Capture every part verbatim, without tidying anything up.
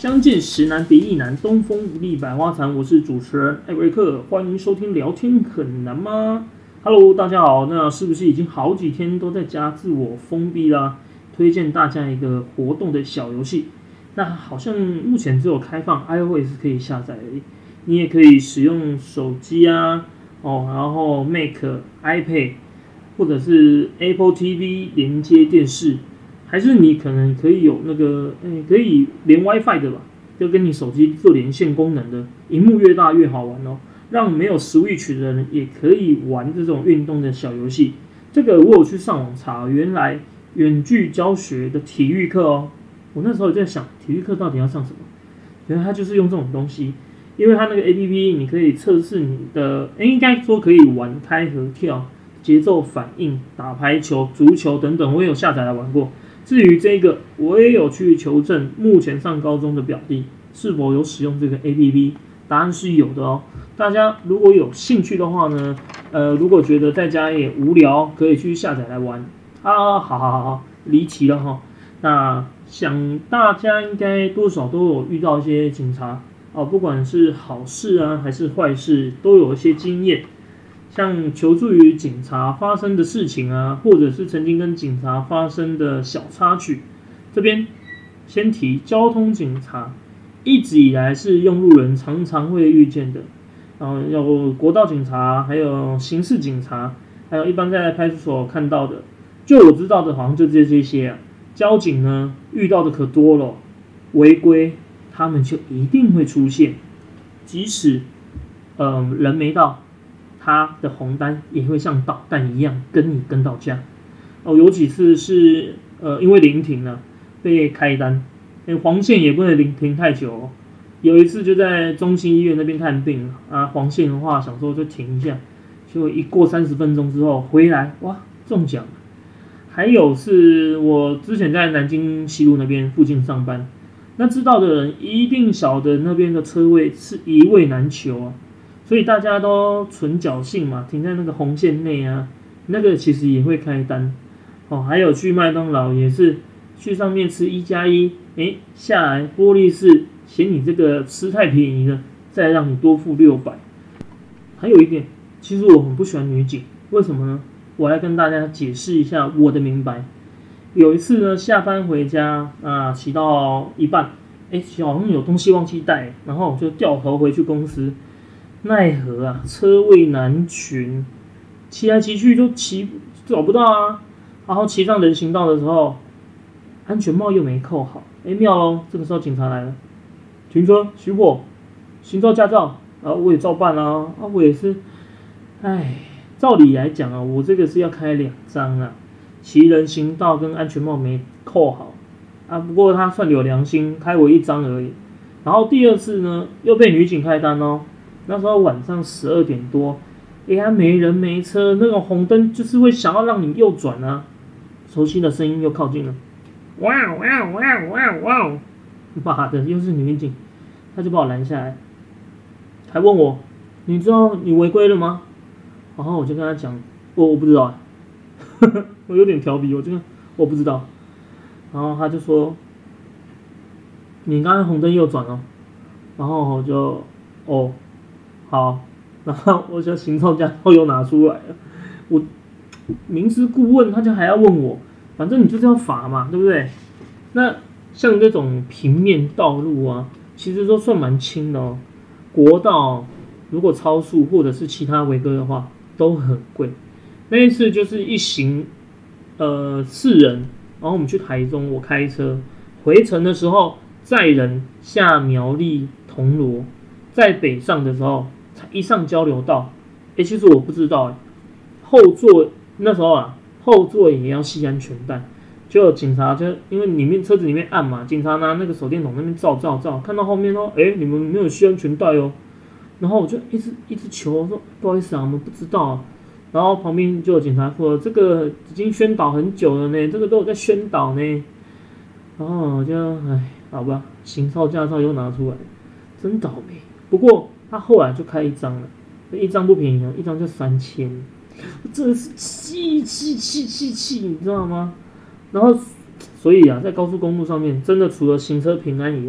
相见时难别亦难，东风无力百花残。我是主持人艾维克，欢迎收听聊天很难吗 ？Hello， 大家好，那是不是已经好几天都在家自我封闭啦？推荐大家一个活动的小游戏，那好像目前只有开放 iOS 可以下载而已，你也可以使用手机啊，哦，然后 Mac、iPad 或者是 Apple T V 连接电视。还是你可能可以有那个，欸、可以连 WiFi 的吧，就跟你手机做连线功能的，萤幕越大越好玩哦，让没有 Switch 的人也可以玩这种运动的小游戏。这个我有去上网查，原来远距教学的体育课哦，我那时候也在想，体育课到底要上什么？原来它就是用这种东西，因为它那个 A P P 你可以测试你的，欸、应该说可以玩开合跳、节奏反应、打排球、足球等等，我也有下载来玩过。至于这个，我也有去求证目前上高中的表弟是否有使用这个 A P P， 答案是有的哦。大家如果有兴趣的话呢，呃，如果觉得在家也无聊，可以去下载来玩啊。好好好，离题了哈。那想大家应该多少都有遇到一些警察哦，不管是好事啊还是坏事，都有一些经验。像求助于警察发生的事情啊，或者是曾经跟警察发生的小插曲，这边先提交通警察，一直以来是用路人常常会遇见的，然后有国道警察，还有刑事警察，还有一般在派出所看到的，就我知道的好像就这这些啊。交警呢遇到的可多了，违规他们就一定会出现，即使呃人没到。他的红单也会像导弹一样跟你跟到家。哦，有几次是呃因为临停了被开单，欸、黄线也不能临停太久哦。有一次就在中心医院那边看病啊，黄线的话想说就停一下，结果一过三十分钟之后回来，哇，中奖了。还有是我之前在南京西路那边附近上班，那知道的人一定晓得那边的车位是一位难求啊。所以大家都存侥幸嘛，停在那个红线内啊，那个其实也会开单哦。还有去麦当劳也是去上面吃一加一，哎，下来玻璃是嫌你这个吃太便宜了，再让你多付六百。还有一点，其实我很不喜欢女警，为什么呢？我来跟大家解释一下我的明白。有一次呢，下班回家啊，骑到一半，哎，好像有东西忘记带，然后我就掉头回去公司。奈何啊，车位难寻，骑来骑去都骑找不到啊。然后骑上人行道的时候，安全帽又没扣好，哎，妙咯，这个时候警察来了，停车熄火，行照驾照，啊，我也照办啊，啊，我也是，哎，照理来讲啊，我这个是要开两张啊，骑人行道跟安全帽没扣好啊，不过他算有良心，开我一张而已。然后第二次呢，又被女警开单哦。那时候晚上十二点多，哎呀，没人没车，那种红灯就是会想要让你右转啊。熟悉的声音又靠近了，哇哇哇哇哇！妈的，又是女警，他就把我拦下来，还问我，你知道你违规了吗？然后我就跟他讲，我我不知道，我有点调皮，我就跟我不知道。然后他就说，你刚才红灯右转哦。然后我就哦。好，然后我就行照驾照又拿出来了，我民事顾问他就还要问我，反正你就是要罚嘛，对不对？那像这种平面道路啊，其实都算蛮轻的哦。国道如果超速或者是其他违规的话，都很贵。那一次就是一行呃四人，然后我们去台中，我开车回程的时候载人下苗栗铜锣，在北上的时候。一上交流道，哎，其实我不知道，哎，后座那时候啊，后座也要系安全带，就警察就因为里面车子里面暗嘛，警察拿那个手电筒那边照照照，看到后面哦，哎，你们没有系安全带哦，然后我就一直一直求我说不好意思啊，我们不知道啊，然后旁边就有警察说这个已经宣导很久了呢，这个都有在宣导呢，然后我就哎，好吧，行照驾照又拿出来，真倒霉，不过。他后来就开一张了，一张不便宜啊，一张就三千，真的是气气气气气，你知道吗？然后，所以啊，在高速公路上面，真的除了行车平安以外，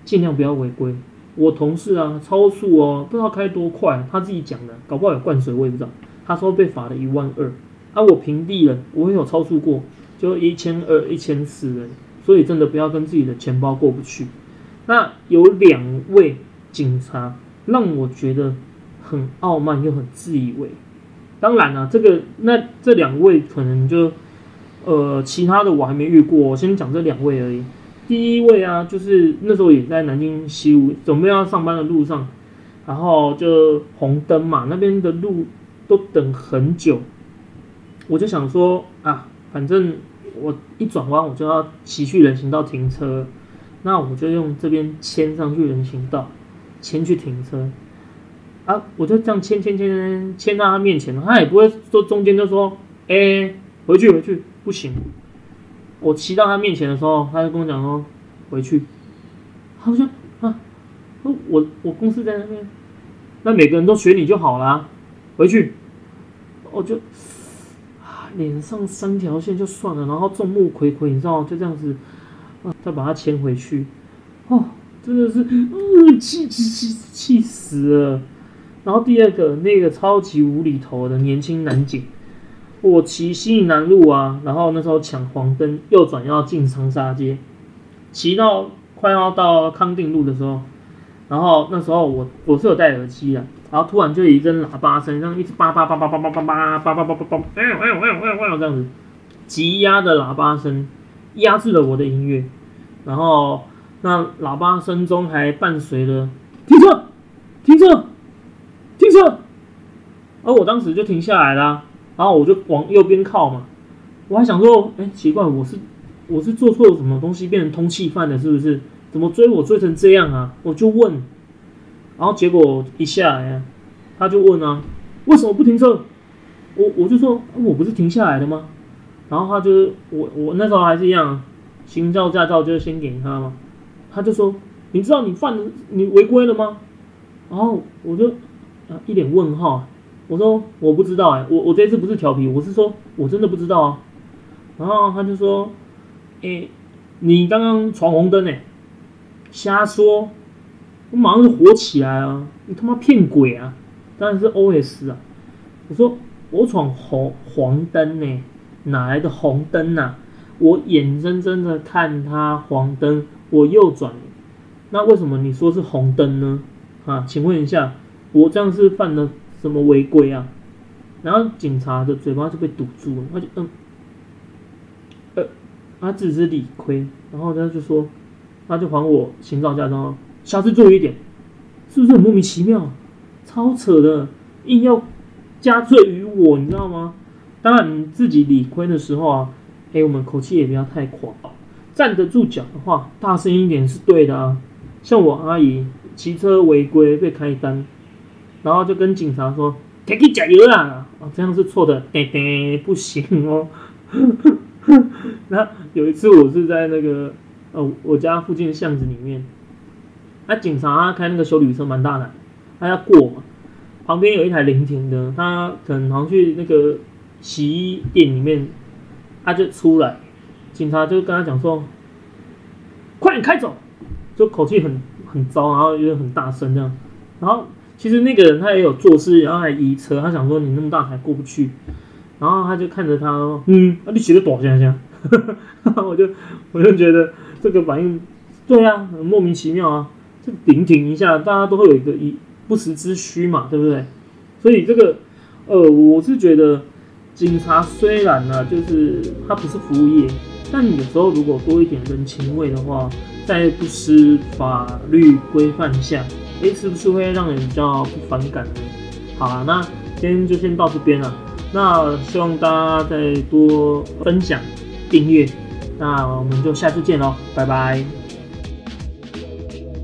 尽量不要违规。我同事啊，超速哦，不知道开多快，他自己讲的，搞不好有灌水，我也不知道。他说被罚了一万二，啊，我平地了，我也有超速过，就一千二、一千四了，所以真的不要跟自己的钱包过不去。那有两位警察让我觉得很傲慢又很自以为。当然了、啊，这个那这两位可能就呃其他的我还没遇过，我先讲这两位而已。第一位啊，就是那时候也在南京西路，准备要上班的路上，然后就红灯嘛，那边的路都等很久，我就想说啊，反正我一转弯我就要骑去人行道停车，那我就用这边牵上去人行道，牵去停车，啊，我就这样牵牵牵牵到他面前，他也不会说中间就说，哎、欸，回去回去，不行。我骑到他面前的时候，他就跟我讲说回去。好像啊，我我公司在那边，那每个人都学你就好啦，回去。我就啊，脸上三条线就算了，然后众目睽睽，你知道，就这样子啊，再把他牵回去。哦，真的是，嗯，气气气气死了。然后第二个那个超级无厘头的年轻男警。我骑西营南路啊，然后那时候抢黄灯，右转要进长沙街，骑到快要到康定路的时候，然后那时候我我是有戴耳机啊，然后突然就有一阵喇叭声，这样一直叭叭叭叭叭叭叭叭叭叭叭叭叭，哎呦哎呦哎呦哎呦哎呦这样子，急压的喇叭声压制了我的音乐，然后那喇叭声中还伴随了停车停车停车，而我当时就停下来啦。然后我就往右边靠嘛，我还想说，哎，奇怪，我是我是做错了什么东西，变成通缉犯了，是不是？怎么追我追成这样啊？我就问，然后结果一下来啊，他就问啊，为什么不停车？我我就说，我不是停下来的吗？然后他就我我那时候还是一样，行照驾照就先给他嘛，他就说，你知道你犯了你违规了吗？然后我就啊一脸问号。我说我不知道哎、欸，我我这次不是调皮，我是说我真的不知道啊。然后他就说，哎、欸，你刚刚闯红灯哎、欸，瞎说！我马上就火起来啊！你他妈骗鬼啊！当然是 O S 啊！我说我闯红黄灯呢、欸，哪来的红灯啊？我眼睁睁的看他黄灯，我右转，那为什么你说是红灯呢？啊，请问一下，我这样是犯了什么违规啊？然后警察的嘴巴就被堵住了，他就嗯，呃，他只是理亏，然后他就说，他就还我行照驾照，下次注意一点，是不是很莫名其妙？超扯的，硬要加罪于我，你知道吗？当然你自己理亏的时候啊，哎，我们口气也不要太狂，站得住脚的话，大声一点是对的啊。像我阿姨骑车违规被开单。然后就跟警察说：“可以加油啦！”哦，这样是错的，对对，不行哦。那有一次我是在那个呃我家附近的巷子里面，那、啊、警察他开那个休旅车蛮大的，他要过嘛，旁边有一台临停的，他可能好像去那个洗衣店里面，他就出来，警察就跟他讲说：“快点开走！”就口气很很糟，然后又很大声这样，然后。其实那个人他也有做事，然后还移车，他想说你那么大台过不去，然后他就看着他说，嗯，啊、你写的多少钱？我就我就觉得这个反应，对啊，很莫名其妙啊，这停停一下，大家都会有一个一不时之需嘛，对不对？所以这个，呃，我是觉得警察虽然呢、啊，就是他不是服务业，但有时候如果多一点人情味的话，在不失法律规范下。哎，是不是会让人比较不反感呢？好啦，那今天就先到这边了。那希望大家再多分享、订阅。那我们就下次见喽，拜拜。